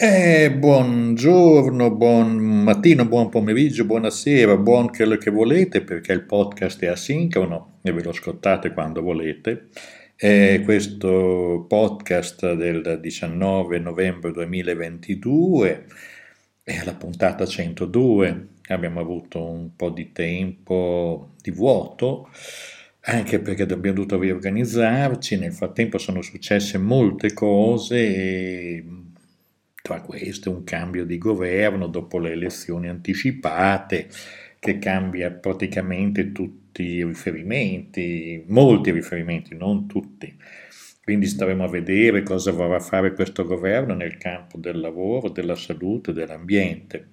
Buongiorno, buon mattino, buon pomeriggio, buonasera, buon quello che volete perché il podcast è asincrono e ve lo ascoltate quando volete. Questo podcast del 19 novembre 2022 è la puntata 102. Abbiamo avuto un po' di tempo di vuoto, anche perché abbiamo dovuto riorganizzarci. Nel frattempo sono successe molte cose e tra queste un cambio di governo dopo le elezioni anticipate che cambia praticamente tutti i riferimenti, molti riferimenti, non tutti. Quindi staremo a vedere cosa vorrà fare questo governo nel campo del lavoro, della salute, dell'ambiente.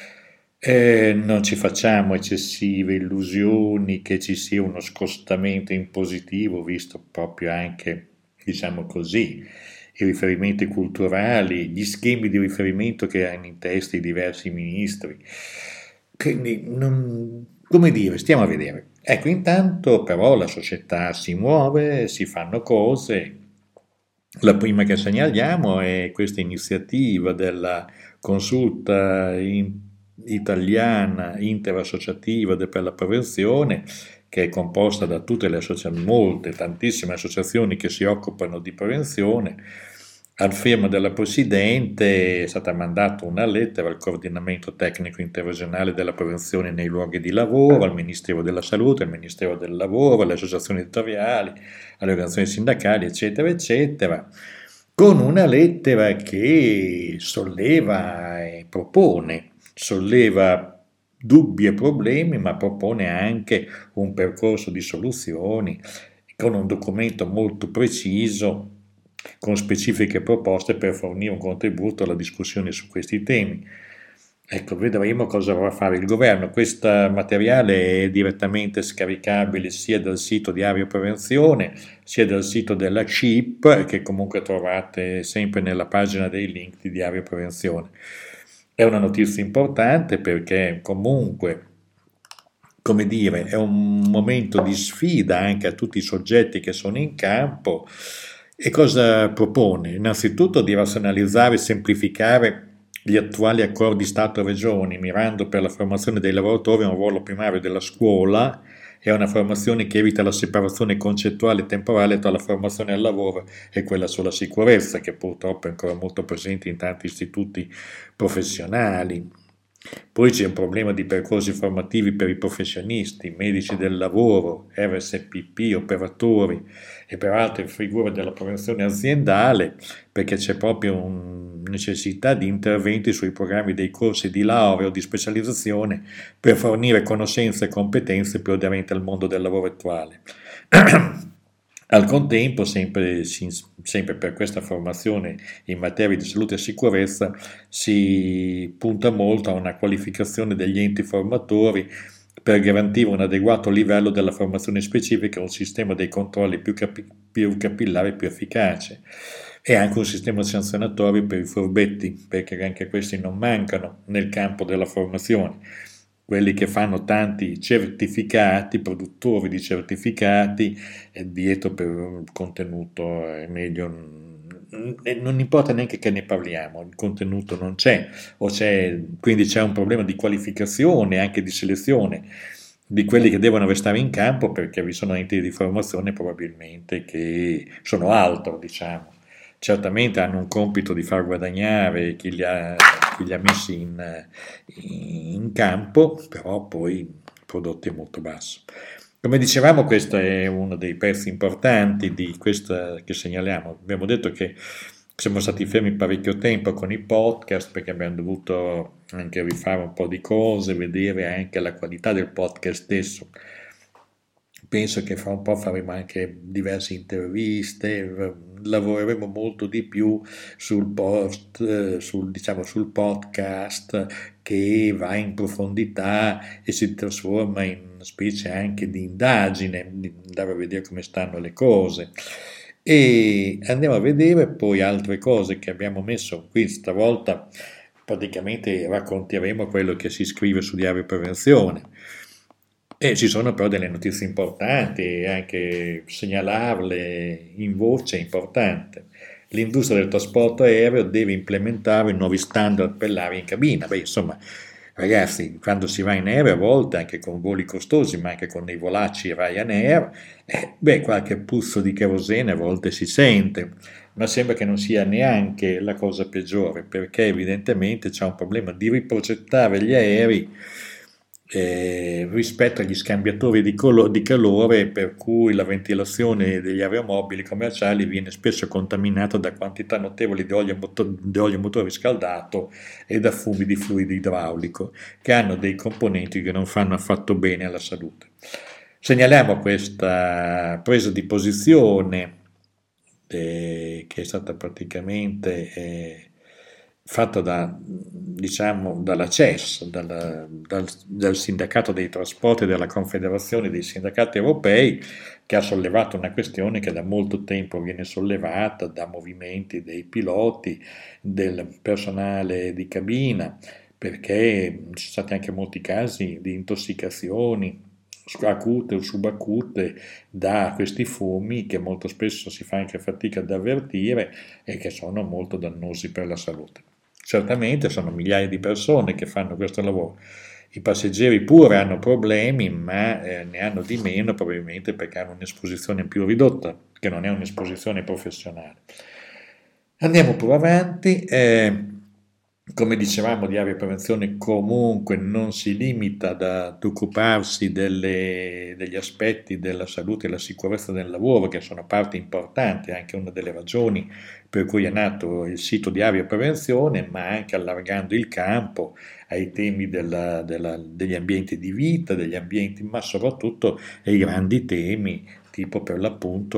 Non ci facciamo eccessive illusioni che ci sia uno scostamento in positivo, visto proprio anche, diciamo così, i riferimenti culturali, gli schemi di riferimento che hanno in testa i diversi ministri. Quindi, come dire, stiamo a vedere. Ecco, intanto però la società si muove, si fanno cose. La prima che segnaliamo è questa iniziativa della consulta italiana interassociativa per la prevenzione, che è composta da tutte le associazioni, molte, tantissime associazioni che si occupano di prevenzione. Al firma della Presidente è stata mandata una lettera al coordinamento tecnico interregionale della prevenzione nei luoghi di lavoro, al Ministero della Salute, al Ministero del Lavoro, alle associazioni editoriali, alle organizzazioni sindacali, eccetera, eccetera, con una lettera che solleva e propone, solleva dubbi e problemi, ma propone anche un percorso di soluzioni con un documento molto preciso, con specifiche proposte per fornire un contributo alla discussione su questi temi. Ecco, vedremo cosa vorrà fare il governo. Questo materiale è direttamente scaricabile sia dal sito di Avio Prevenzione, sia dal sito della CIP, che comunque trovate sempre nella pagina dei link di Avio Prevenzione. È una notizia importante perché comunque, come dire, è un momento di sfida anche a tutti i soggetti che sono in campo. E cosa propone? Innanzitutto di razionalizzare e semplificare gli attuali accordi Stato-Regioni, mirando per la formazione dei lavoratori a un ruolo primario della scuola e a una formazione che evita la separazione concettuale e temporale tra la formazione al lavoro e quella sulla sicurezza, che purtroppo è ancora molto presente in tanti istituti professionali. Poi c'è un problema di percorsi formativi per i professionisti, medici del lavoro, RSPP, operatori e per altre figure della prevenzione aziendale, perché c'è proprio una necessità di interventi sui programmi dei corsi di laurea o di specializzazione per fornire conoscenze e competenze più aderenti al mondo del lavoro attuale. Al contempo, sempre per questa formazione in materia di salute e sicurezza, si punta molto a una qualificazione degli enti formatori per garantire un adeguato livello della formazione specifica e un sistema dei controlli più capillare e più efficace. E anche un sistema sanzionatorio per i furbetti, perché anche questi non mancano nel campo della formazione. Quelli che fanno tanti certificati, produttori di certificati, e dietro per il contenuto è meglio, non importa neanche che ne parliamo, il contenuto non c'è, quindi c'è un problema di qualificazione, anche di selezione di quelli che devono restare in campo perché vi sono enti di formazione probabilmente che sono altro, diciamo. Certamente hanno un compito di far guadagnare chi li ha messi in campo, però poi il prodotto è molto basso. Come dicevamo, questo è uno dei pezzi importanti di questa che segnaliamo. Abbiamo detto che siamo stati fermi parecchio tempo con i podcast perché abbiamo dovuto anche rifare un po' di cose, vedere anche la qualità del podcast stesso. Penso che fra un po' faremo anche diverse interviste, lavoreremo molto di più diciamo, sul podcast che va in profondità e si trasforma in una specie anche di indagine, di andare a vedere come stanno le cose. E andiamo a vedere poi altre cose che abbiamo messo qui stavolta. Praticamente racconteremo quello che si scrive su Diario Prevenzione. E ci sono però delle notizie importanti, e anche segnalarle in voce è importante. l'industria del trasporto aereo deve implementare nuovi standard per l'aria in cabina. Beh, insomma, ragazzi, quando si va in aereo, a volte anche con voli costosi, ma anche con dei volacci Ryanair, qualche puzzo di kerosene a volte si sente, ma sembra che non sia neanche la cosa peggiore, perché evidentemente c'è un problema di riprogettare gli aerei rispetto agli scambiatori di calore, per cui la ventilazione degli aeromobili commerciali viene spesso contaminata da quantità notevoli di olio motore riscaldato e da fumi di fluido idraulico, che hanno dei componenti che non fanno affatto bene alla salute. Segnaliamo questa presa di posizione che è stata praticamente fatta dalla CES, dal Sindacato dei Trasporti e dalla Confederazione dei Sindacati Europei, che ha sollevato una questione che da molto tempo viene sollevata da movimenti dei piloti, del personale di cabina, perché ci sono stati anche molti casi di intossicazioni acute o subacute da questi fumi che molto spesso si fa anche fatica ad avvertire e che sono molto dannosi per la salute. Certamente sono migliaia di persone che fanno questo lavoro. I passeggeri pure hanno problemi, ma ne hanno di meno probabilmente perché hanno un'esposizione più ridotta, che non è un'esposizione professionale. Andiamo pure avanti. Come dicevamo, di aria prevenzione comunque non si limita ad occuparsi degli aspetti della salute e della sicurezza del lavoro, che sono parte importante, anche una delle ragioni per cui è nato il sito di aria prevenzione, ma anche allargando il campo ai temi degli ambienti di vita, degli ambienti, ma soprattutto ai grandi temi, tipo per l'appunto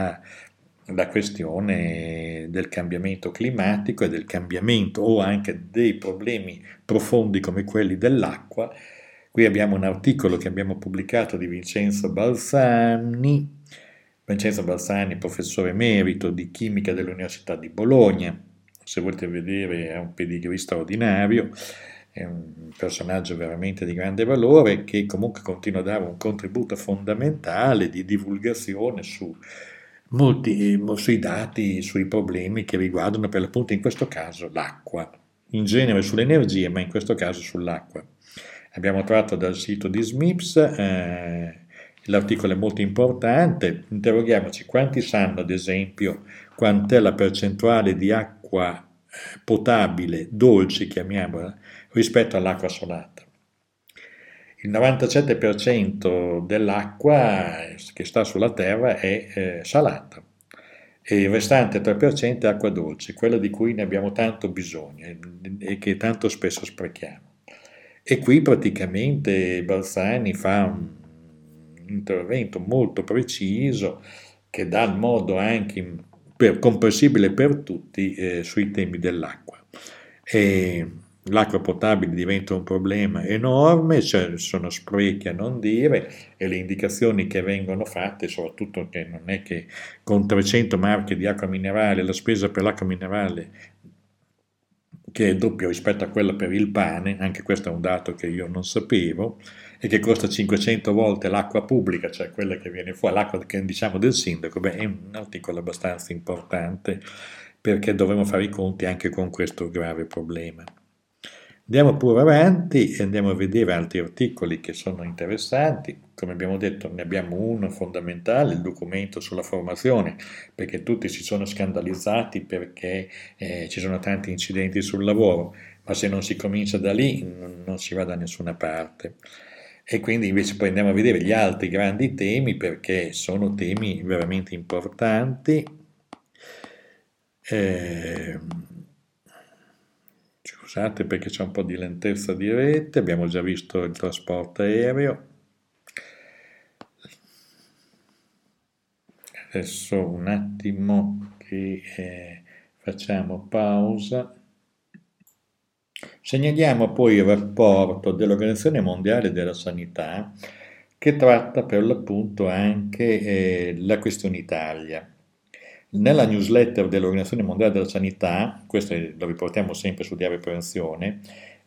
la questione del cambiamento climatico e del cambiamento o anche dei problemi profondi come quelli dell'acqua. Qui abbiamo un articolo che abbiamo pubblicato di Vincenzo Balzani, professore emerito di chimica dell'Università di Bologna. Se volete vedere, è un pedigree straordinario, è un personaggio veramente di grande valore che comunque continua a dare un contributo fondamentale di divulgazione sui dati, sui problemi che riguardano per l'appunto in questo caso l'acqua, in genere sulle energie, ma in questo caso sull'acqua. Abbiamo tratto dal sito di SMIPS, l'articolo è molto importante, interroghiamoci quanti sanno ad esempio quant'è la percentuale di acqua potabile, dolce chiamiamola, rispetto all'acqua salata. Il 97% dell'acqua che sta sulla terra è salata e il restante 3% è acqua dolce, quella di cui ne abbiamo tanto bisogno e che tanto spesso sprechiamo. E qui praticamente Balzani fa un intervento molto preciso che dà il modo anche comprensibile per tutti sui temi dell'acqua. L'acqua potabile diventa un problema enorme, cioè sono sprechi a non dire e le indicazioni che vengono fatte, soprattutto che non è che con 300 marche di acqua minerale la spesa per l'acqua minerale che è doppio rispetto a quella per il pane, anche questo è un dato che io non sapevo, e che costa 500 volte l'acqua pubblica, cioè quella che viene fuori, l'acqua che diciamo del sindaco, è un articolo abbastanza importante perché dovremo fare i conti anche con questo grave problema. Andiamo pure avanti e andiamo a vedere altri articoli che sono interessanti. Come abbiamo detto, ne abbiamo uno fondamentale, il documento sulla formazione, perché tutti si sono scandalizzati perché ci sono tanti incidenti sul lavoro, ma se non si comincia da lì non si va da nessuna parte. E quindi invece poi andiamo a vedere gli altri grandi temi perché sono temi veramente importanti. Scusate perché c'è un po' di lentezza di rete, abbiamo già visto il trasporto aereo. Adesso un attimo che facciamo pausa. Segnaliamo poi il rapporto dell'Organizzazione Mondiale della Sanità che tratta per l'appunto anche la questione Italia. Nella newsletter dell'Organizzazione Mondiale della Sanità, questo lo riportiamo sempre su Diario Prevenzione,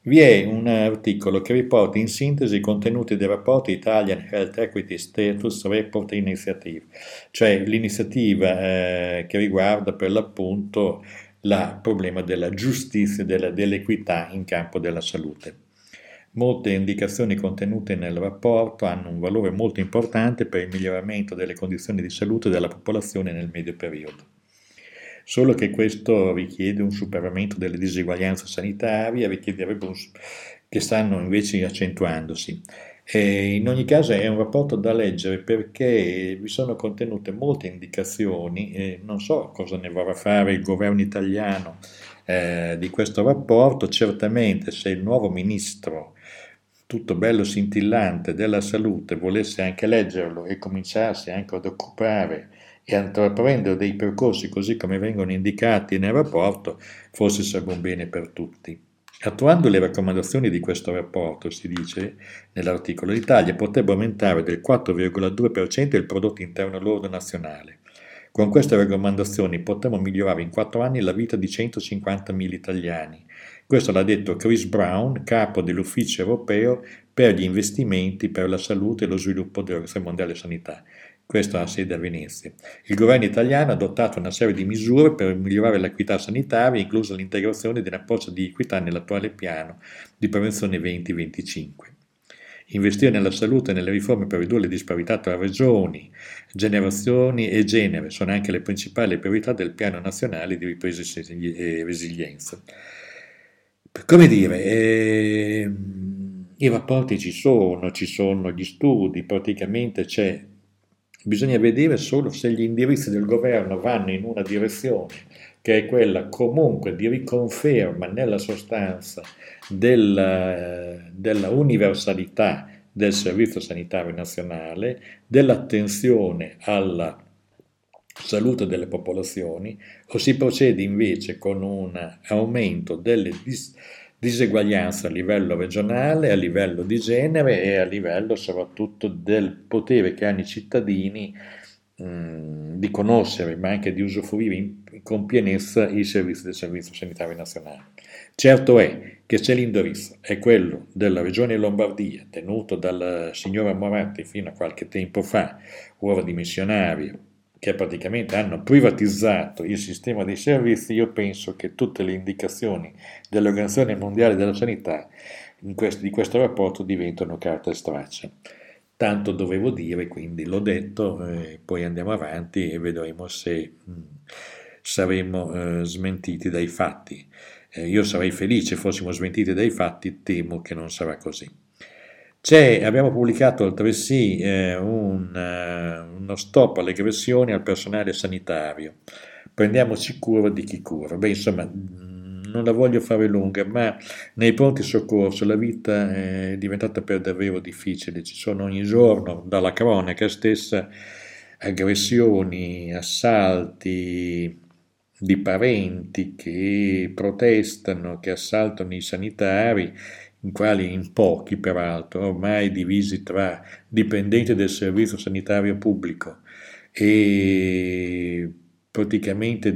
Vi è un articolo che riporta in sintesi i contenuti del rapporto Italian Health Equity Status Report Initiative, cioè l'iniziativa che riguarda per l'appunto il problema della giustizia e dell'equità in campo della salute. Molte indicazioni contenute nel rapporto hanno un valore molto importante per il miglioramento delle condizioni di salute della popolazione nel medio periodo. Solo che questo richiede un superamento delle diseguaglianze sanitarie, che stanno invece accentuandosi. E in ogni caso è un rapporto da leggere perché vi sono contenute molte indicazioni, e non so cosa ne vorrà fare il governo italiano di questo rapporto. Certamente se il nuovo ministro, tutto bello scintillante, della salute, volesse anche leggerlo e cominciarsi anche ad occupare e a intraprendere dei percorsi così come vengono indicati nel rapporto, forse sarebbe un bene per tutti. Attuando le raccomandazioni di questo rapporto, si dice nell'articolo, l'Italia potrebbe aumentare del 4,2% il prodotto interno lordo nazionale. Con queste raccomandazioni potremo migliorare in 4 anni la vita di 150.000 italiani. Questo l'ha detto Chris Brown, capo dell'Ufficio europeo per gli investimenti per la salute e lo sviluppo dell'Organizzazione Mondiale della Sanità. Questo ha sede a Venezia. Il governo italiano ha adottato una serie di misure per migliorare l'equità sanitaria, inclusa l'integrazione di un approccio di equità nell'attuale piano di prevenzione 2025. Investire nella salute e nelle riforme per ridurre le disparità tra regioni, generazioni e genere sono anche le principali priorità del Piano Nazionale di Ripresa e Resilienza. Come dire, i rapporti ci sono gli studi, praticamente c'è. Bisogna vedere solo se gli indirizzi del governo vanno in una direzione che è quella comunque di riconferma nella sostanza della universalità del Servizio Sanitario Nazionale, dell'attenzione alla salute delle popolazioni, o si procede invece con un aumento delle diseguaglianze a livello regionale, a livello di genere e a livello soprattutto del potere che hanno i cittadini di conoscere, ma anche di usufruire con pienezza i servizi del Servizio Sanitario Nazionale. Certo è che se l'indirizzo è quello della Regione Lombardia, tenuto dalla signora Moratti fino a qualche tempo fa, ora dimissionario, che praticamente hanno privatizzato il sistema dei servizi, io penso che tutte le indicazioni dell'Organizzazione Mondiale della Sanità di questo rapporto diventano carta straccia. Tanto dovevo dire, quindi l'ho detto, poi andiamo avanti e vedremo se saremo smentiti dai fatti. Io sarei felice fossimo smentiti dai fatti, temo che non sarà così. Abbiamo pubblicato altresì uno stop alle aggressioni al personale sanitario. Prendiamoci cura di chi cura. Beh, insomma, non la voglio fare lunga, ma nei pronti soccorso la vita è diventata per davvero difficile. Ci sono ogni giorno, dalla cronaca stessa, aggressioni, assalti di parenti che protestano, che assaltano i sanitari, in pochi peraltro, ormai divisi tra dipendenti del servizio sanitario pubblico e praticamente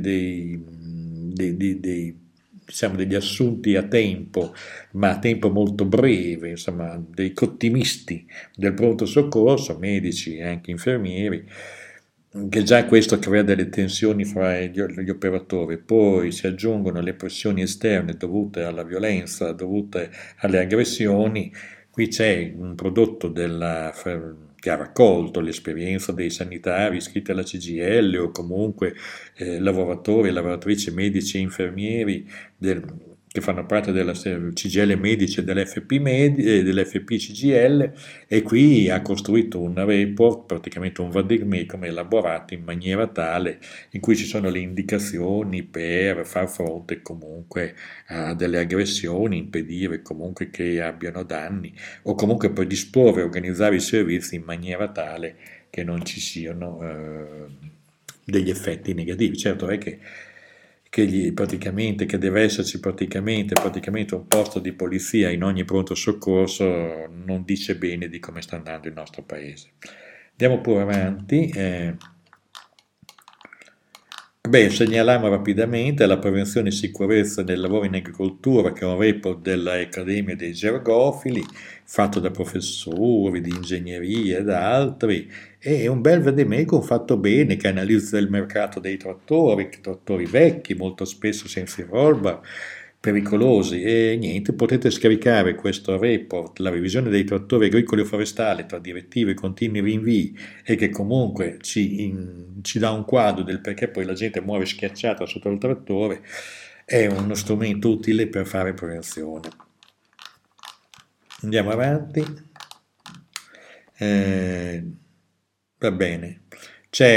diciamo, degli assunti a tempo, ma a tempo molto breve, insomma, dei cottimisti del pronto soccorso, medici e anche infermieri, che già questo crea delle tensioni fra gli operatori, poi si aggiungono le pressioni esterne dovute alla violenza, dovute alle aggressioni. Qui c'è un prodotto che ha raccolto l'esperienza dei sanitari iscritti alla CGIL o comunque lavoratori e lavoratrici medici e infermieri che fanno parte della CGIL medici e dell'FP CGIL, e qui ha costruito un report, praticamente un vademecum elaborato in maniera tale in cui ci sono le indicazioni per far fronte comunque a delle aggressioni, impedire comunque che abbiano danni o comunque predisporre e organizzare i servizi in maniera tale che non ci siano degli effetti negativi. Certo è che che deve esserci praticamente un posto di polizia in ogni pronto soccorso non dice bene di come sta andando il nostro paese. Andiamo pure avanti. Segnaliamo rapidamente la prevenzione e sicurezza del lavoro in agricoltura, che è un report dell'Accademia dei Gergofili, fatto da professori di ingegneria e da altri, e un bel vademecum fatto bene, che analizza il mercato dei trattori vecchi, molto spesso senza rollbar, pericolosi, e niente, potete scaricare questo report, la revisione dei trattori agricoli o forestali tra direttive e continui rinvii, e che comunque ci dà un quadro del perché poi la gente muore schiacciata sotto il trattore, è uno strumento utile per fare prevenzione. Andiamo avanti. Eh, Va bene. C'è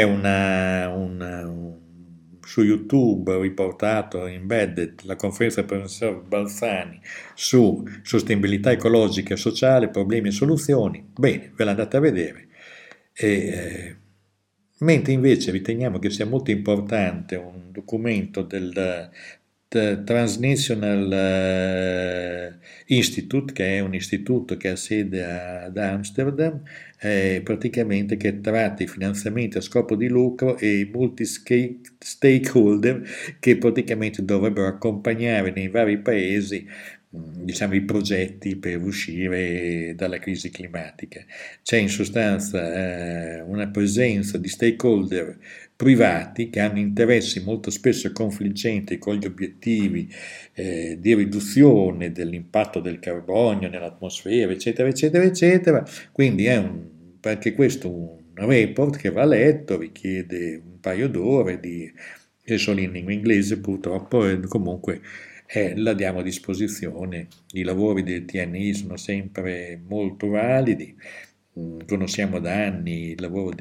su YouTube riportato, embedded, la conferenza del professor Balzani su sostenibilità ecologica e sociale, problemi e soluzioni. Bene, ve l'andate a vedere. E, mentre invece riteniamo che sia molto importante un documento del Transnational Institute, che è un istituto che ha sede ad Amsterdam, praticamente che tratta i finanziamenti a scopo di lucro e i multi-stakeholder che praticamente dovrebbero accompagnare nei vari paesi diciamo, i progetti per uscire dalla crisi climatica. C'è in sostanza una presenza di stakeholder privati che hanno interessi molto spesso confliggenti con gli obiettivi di riduzione dell'impatto del carbonio nell'atmosfera, eccetera, eccetera, eccetera. Quindi anche questo un report che va letto, richiede un paio d'ore, è solo in lingua inglese purtroppo, e comunque la diamo a disposizione. I lavori del TNI sono sempre molto validi. Conosciamo da anni il lavoro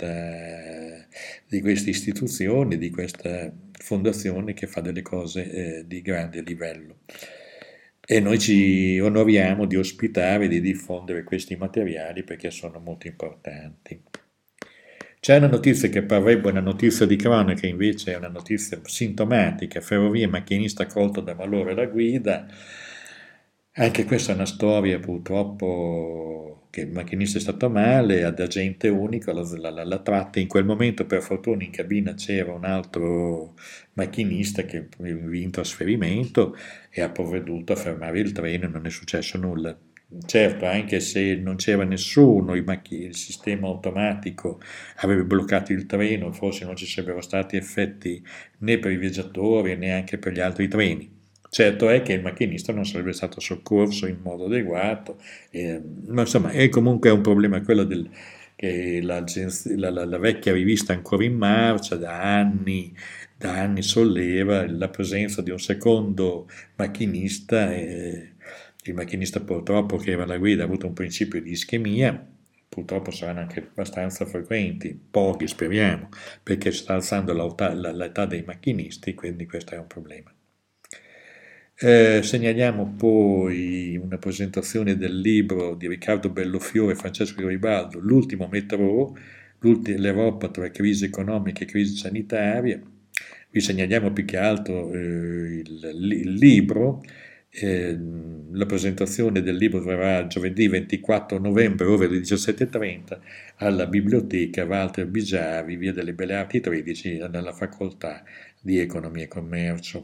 di questa istituzione, di questa fondazione che fa delle cose di grande livello. E noi ci onoriamo di ospitare e di diffondere questi materiali perché sono molto importanti. C'è una notizia che parrebbe una notizia di cronaca, invece è una notizia sintomatica: ferrovie, macchinista colto da malore alla guida. Anche questa è una storia purtroppo che il macchinista è stato male, ad agente unico, la tratta. In quel momento per fortuna in cabina c'era un altro macchinista che in trasferimento e ha provveduto a fermare il treno e non è successo nulla. Certo, anche se non c'era nessuno, il sistema automatico avrebbe bloccato il treno, forse non ci sarebbero stati effetti né per i viaggiatori né anche per gli altri treni. Certo è che il macchinista non sarebbe stato soccorso in modo adeguato, ma insomma è comunque un problema quello che la vecchia rivista Ancora in Marcia da anni solleva la presenza di un secondo macchinista. Il macchinista purtroppo che era alla guida ha avuto un principio di ischemia, purtroppo saranno anche abbastanza frequenti, pochi speriamo, perché sta alzando l'età dei macchinisti, quindi questo è un problema. Segnaliamo poi una presentazione del libro di Riccardo Bellofiore e Francesco Garibaldo, L'ultimo metro, l'Europa tra crisi economica e crisi sanitaria. Vi segnaliamo più che altro il libro. La presentazione del libro verrà giovedì 24 novembre ore 17:30 alla biblioteca Walter Bigiavi, via delle Belle Arti 13, nella facoltà di Economia e Commercio.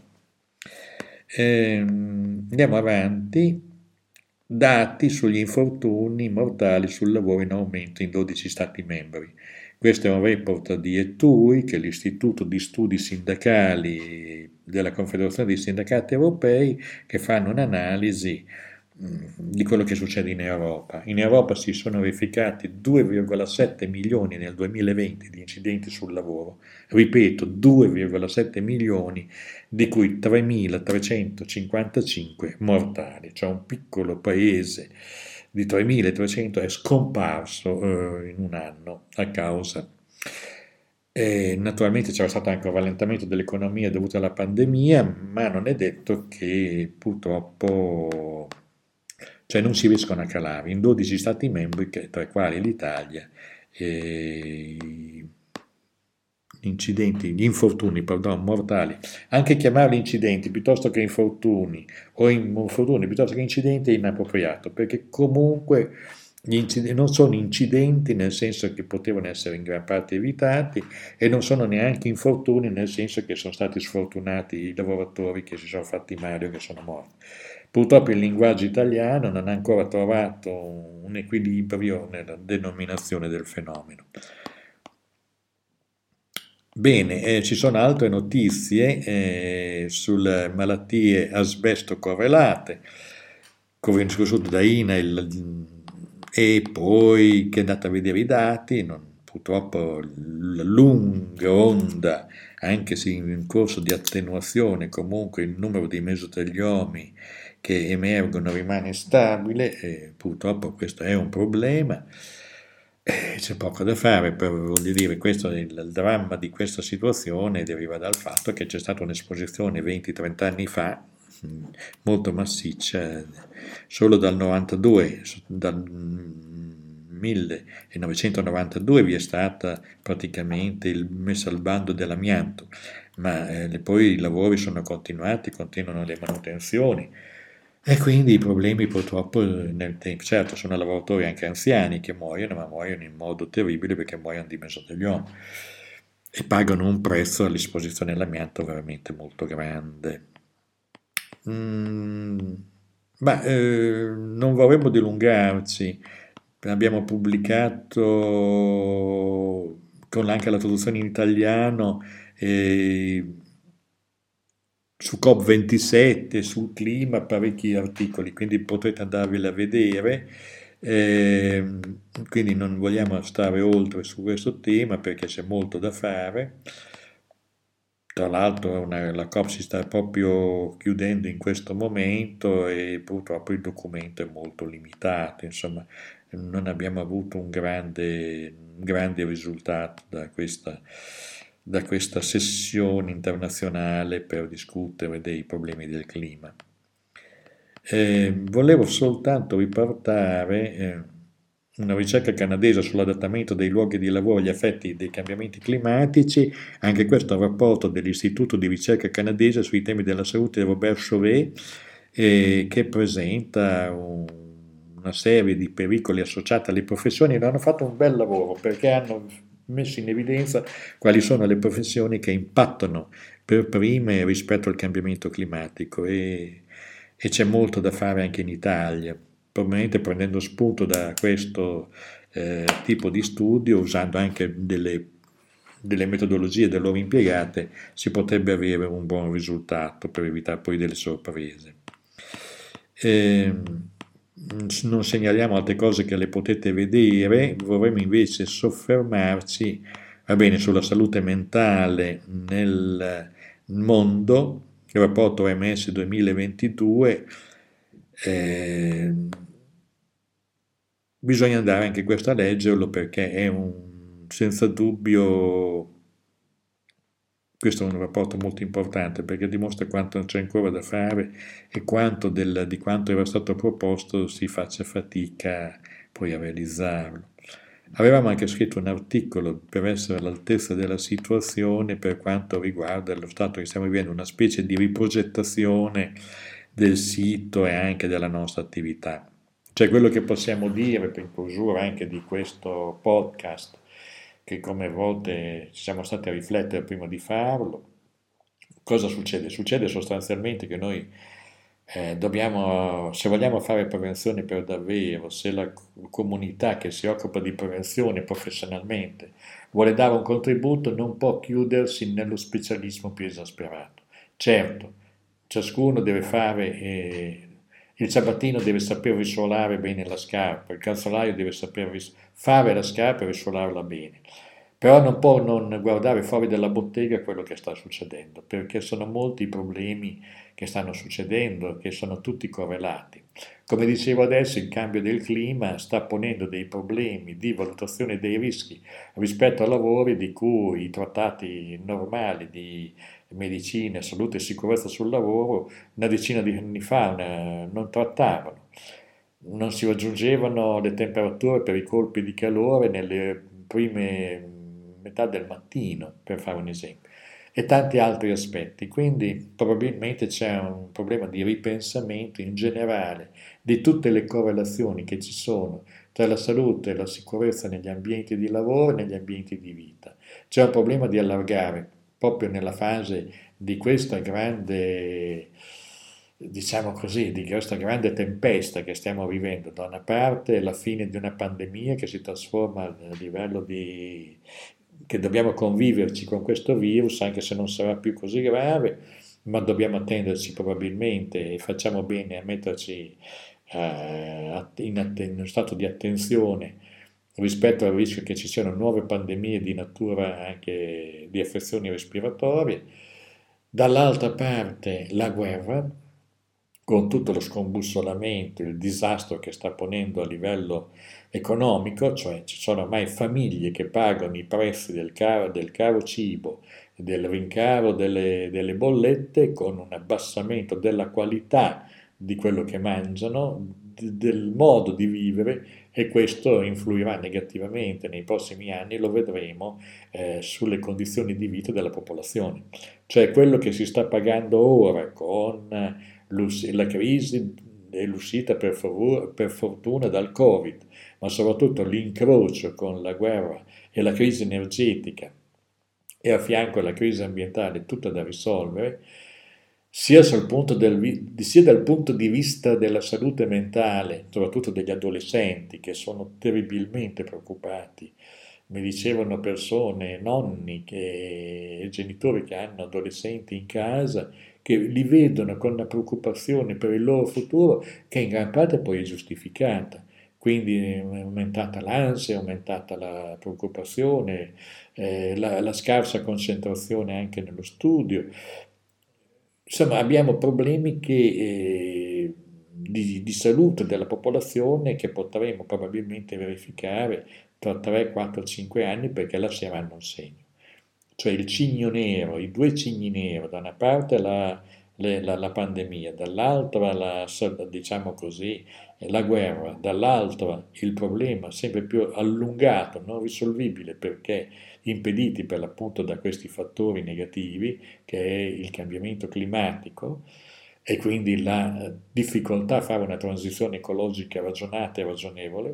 Andiamo avanti. Dati sugli infortuni mortali sul lavoro in aumento in 12 Stati membri. Questo è un report di ETUI, che è l'Istituto di Studi Sindacali della Confederazione dei Sindacati Europei, che fanno un'analisi di quello che succede in Europa. In Europa si sono verificati 2,7 milioni nel 2020 di incidenti sul lavoro, ripeto 2,7 milioni, di cui 3.355 mortali, cioè un piccolo paese di 3.300 è scomparso in un anno a causa. Naturalmente c'era stato anche un rallentamento dell'economia dovuto alla pandemia, ma non è detto che purtroppo, cioè non si riescono a calare in 12 Stati membri, tra i quali l'Italia, gli infortuni, pardon, mortali. Anche chiamarli incidenti piuttosto che infortuni, o infortuni piuttosto che incidenti è inappropriato, perché comunque non sono incidenti nel senso che potevano essere in gran parte evitati e non sono neanche infortuni nel senso che sono stati sfortunati i lavoratori che si sono fatti male o che sono morti. Purtroppo il linguaggio italiano non ha ancora trovato un equilibrio nella denominazione del fenomeno. Bene, ci sono altre notizie sulle malattie asbesto correlate, come discusso da INAIL, e poi che è andata a vedere i dati, purtroppo la lunga onda, anche se in corso di attenuazione, comunque il numero di mesoteliomi che emergono rimane stabile e purtroppo questo è un problema. C'è poco da fare, voglio dire, questo, il dramma di questa situazione deriva dal fatto che c'è stata un'esposizione 20-30 anni fa, molto massiccia, solo dal 92, dal 1992 vi è stata praticamente il messo al bando dell'amianto, ma poi i lavori sono continuati, continuano le manutenzioni. E quindi i problemi purtroppo nel tempo, certo sono lavoratori anche anziani che muoiono, ma muoiono in modo terribile perché muoiono di mesotelioma e pagano un prezzo all'esposizione all'amianto veramente molto grande. Mm, ma non vorremmo dilungarci, abbiamo pubblicato con anche la traduzione in italiano su COP27, sul clima, parecchi articoli, quindi potrete andarvela a vedere. Ehm, quindi non vogliamo stare oltre su questo tema perché c'è molto da fare. Tra l'altro la COP si sta proprio chiudendo in questo momento e purtroppo il documento è molto limitato, insomma non abbiamo avuto un grande risultato da questa sessione internazionale per discutere dei problemi del clima. Volevo soltanto riportare una ricerca canadese sull'adattamento dei luoghi di lavoro agli effetti dei cambiamenti climatici, anche questo è un rapporto dell'Istituto di ricerca canadese sui temi della salute di Robert Chauvet, che presenta una serie di pericoli associati alle professioni e hanno fatto un bel lavoro perché hanno messo in evidenza quali sono le professioni che impattano per prime rispetto al cambiamento climatico e c'è molto da fare anche in Italia, probabilmente prendendo spunto da questo tipo di studio, usando anche delle metodologie da loro impiegate, si potrebbe avere un buon risultato per evitare poi delle sorprese. Non segnaliamo altre cose che le potete vedere, vorremmo invece soffermarci, va bene, sulla salute mentale nel mondo, il rapporto OMS 2022, bisogna andare anche questo a leggerlo perché è senza dubbio, questo è un rapporto molto importante perché dimostra quanto c'è ancora da fare e quanto di quanto era stato proposto si faccia fatica poi a realizzarlo. Avevamo anche scritto un articolo per essere all'altezza della situazione per quanto riguarda lo stato che stiamo vivendo, una specie di riprogettazione del sito e anche della nostra attività. Cioè quello che possiamo dire per chiusura anche di questo podcast, che come volte ci siamo stati a riflettere prima di farlo, cosa succede? Succede sostanzialmente che noi dobbiamo, se vogliamo fare prevenzione per davvero, se la comunità che si occupa di prevenzione professionalmente vuole dare un contributo, non può chiudersi nello specialismo più esasperato. Certo, ciascuno deve fare, il ciabattino deve saper risuolare bene la scarpa, il calzolaio deve saper fare la scarpa e risuolarla bene. Però non può non guardare fuori dalla bottega quello che sta succedendo, perché sono molti i problemi che stanno succedendo, che sono tutti correlati. Come dicevo adesso, il cambio del clima sta ponendo dei problemi di valutazione dei rischi rispetto a lavori di cui i trattati normali di medicina, salute e sicurezza sul lavoro una decina di anni fa non trattavano. Non si raggiungevano le temperature per i colpi di calore nelle prime metà del mattino, per fare un esempio, e tanti altri aspetti. Quindi probabilmente c'è un problema di ripensamento in generale di tutte le correlazioni che ci sono tra la salute e la sicurezza negli ambienti di lavoro e negli ambienti di vita. C'è un problema di allargare proprio nella fase di questa grande, diciamo così, di questa grande tempesta che stiamo vivendo. Da una parte la fine di una pandemia che si trasforma a livello di che dobbiamo conviverci con questo virus, anche se non sarà più così grave, ma dobbiamo attenderci probabilmente e facciamo bene a metterci in uno stato di attenzione rispetto al rischio che ci siano nuove pandemie di natura anche di affezioni respiratorie. Dall'altra parte la guerra, con tutto lo scombussolamento, il disastro che sta ponendo a livello economico, cioè ci sono ormai famiglie che pagano i prezzi del caro cibo, del rincaro delle bollette con un abbassamento della qualità di quello che mangiano, del modo di vivere e questo influirà negativamente nei prossimi anni, lo vedremo, sulle condizioni di vita della popolazione. Cioè quello che si sta pagando ora con la crisi e l'uscita per fortuna dal Covid, ma soprattutto l'incrocio con la guerra e la crisi energetica e a fianco alla crisi ambientale tutta da risolvere, sia dal punto di vista della salute mentale, soprattutto degli adolescenti che sono terribilmente preoccupati. Mi dicevano persone, nonni e genitori che hanno adolescenti in casa, che li vedono con una preoccupazione per il loro futuro che in gran parte poi è giustificata. Quindi è aumentata l'ansia, è aumentata la preoccupazione, la scarsa concentrazione anche nello studio. Insomma, abbiamo problemi di salute della popolazione che potremo probabilmente verificare tra 3, 4, 5 anni perché lasceranno un segno. Cioè il cigno nero, i due cigni neri, da una parte la pandemia, dall'altra diciamo così, la guerra, dall'altra il problema sempre più allungato, non risolvibile perché impediti per l'appunto da questi fattori negativi, che è il cambiamento climatico e quindi la difficoltà a fare una transizione ecologica ragionata e ragionevole.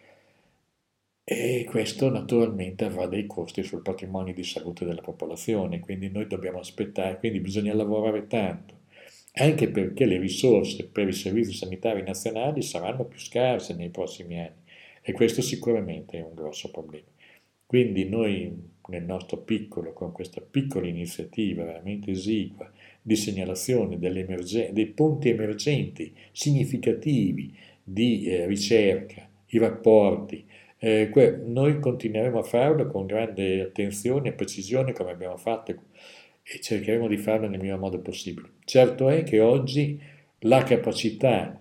E questo naturalmente avrà dei costi sul patrimonio di salute della popolazione, quindi noi dobbiamo aspettare, quindi bisogna lavorare tanto, anche perché le risorse per i servizi sanitari nazionali saranno più scarse nei prossimi anni e questo sicuramente è un grosso problema. Quindi noi nel nostro piccolo, con questa piccola iniziativa veramente esigua di segnalazione dei punti emergenti significativi di ricerca, i rapporti, noi continueremo a farlo con grande attenzione e precisione come abbiamo fatto e cercheremo di farlo nel miglior modo possibile. Certo è che oggi la capacità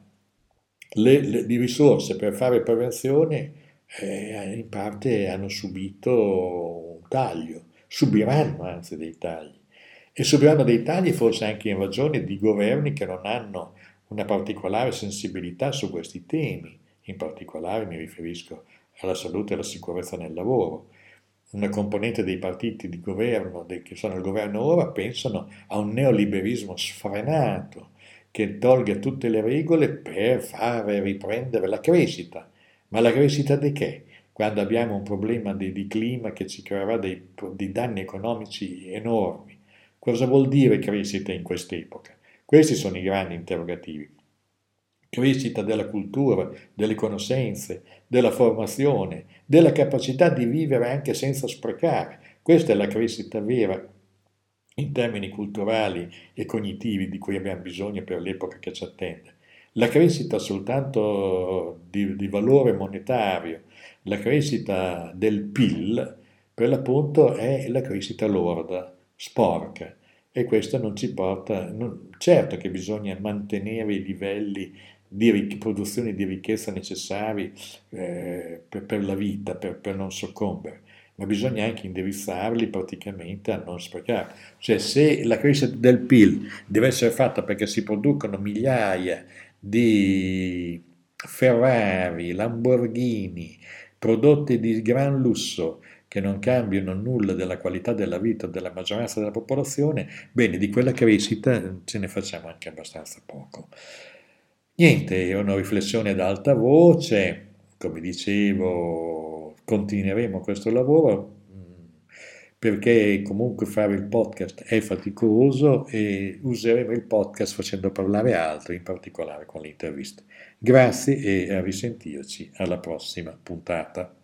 di risorse per fare prevenzione in parte hanno subito un taglio, subiranno anzi dei tagli e subiranno dei tagli forse anche in ragione di governi che non hanno una particolare sensibilità su questi temi, in particolare mi riferisco alla salute e alla sicurezza nel lavoro. Una componente dei partiti di governo, che sono al governo ora, pensano a un neoliberismo sfrenato che tolga tutte le regole per fare riprendere la crescita. Ma la crescita di che? Quando abbiamo un problema di clima che ci creerà dei danni economici enormi. Cosa vuol dire crescita in quest'epoca? Questi sono i grandi interrogativi. Crescita della cultura, delle conoscenze, della formazione, della capacità di vivere anche senza sprecare. Questa è la crescita vera in termini culturali e cognitivi di cui abbiamo bisogno per l'epoca che ci attende. La crescita soltanto di valore monetario, la crescita del PIL, per l'appunto è la crescita lorda, sporca, e questo non ci porta, certo che bisogna mantenere i livelli di produzione di ricchezza necessari per la vita, per non soccombere, ma bisogna anche indirizzarli praticamente a non sprecare. Cioè se la crescita del PIL deve essere fatta perché si producono migliaia di Ferrari, Lamborghini, prodotti di gran lusso che non cambiano nulla della qualità della vita della maggioranza della popolazione, bene, di quella crescita ce ne facciamo anche abbastanza poco. Niente, è una riflessione ad alta voce, come dicevo, continueremo questo lavoro perché comunque fare il podcast è faticoso e useremo il podcast facendo parlare altri, in particolare con le interviste. Grazie e a risentirci alla prossima puntata.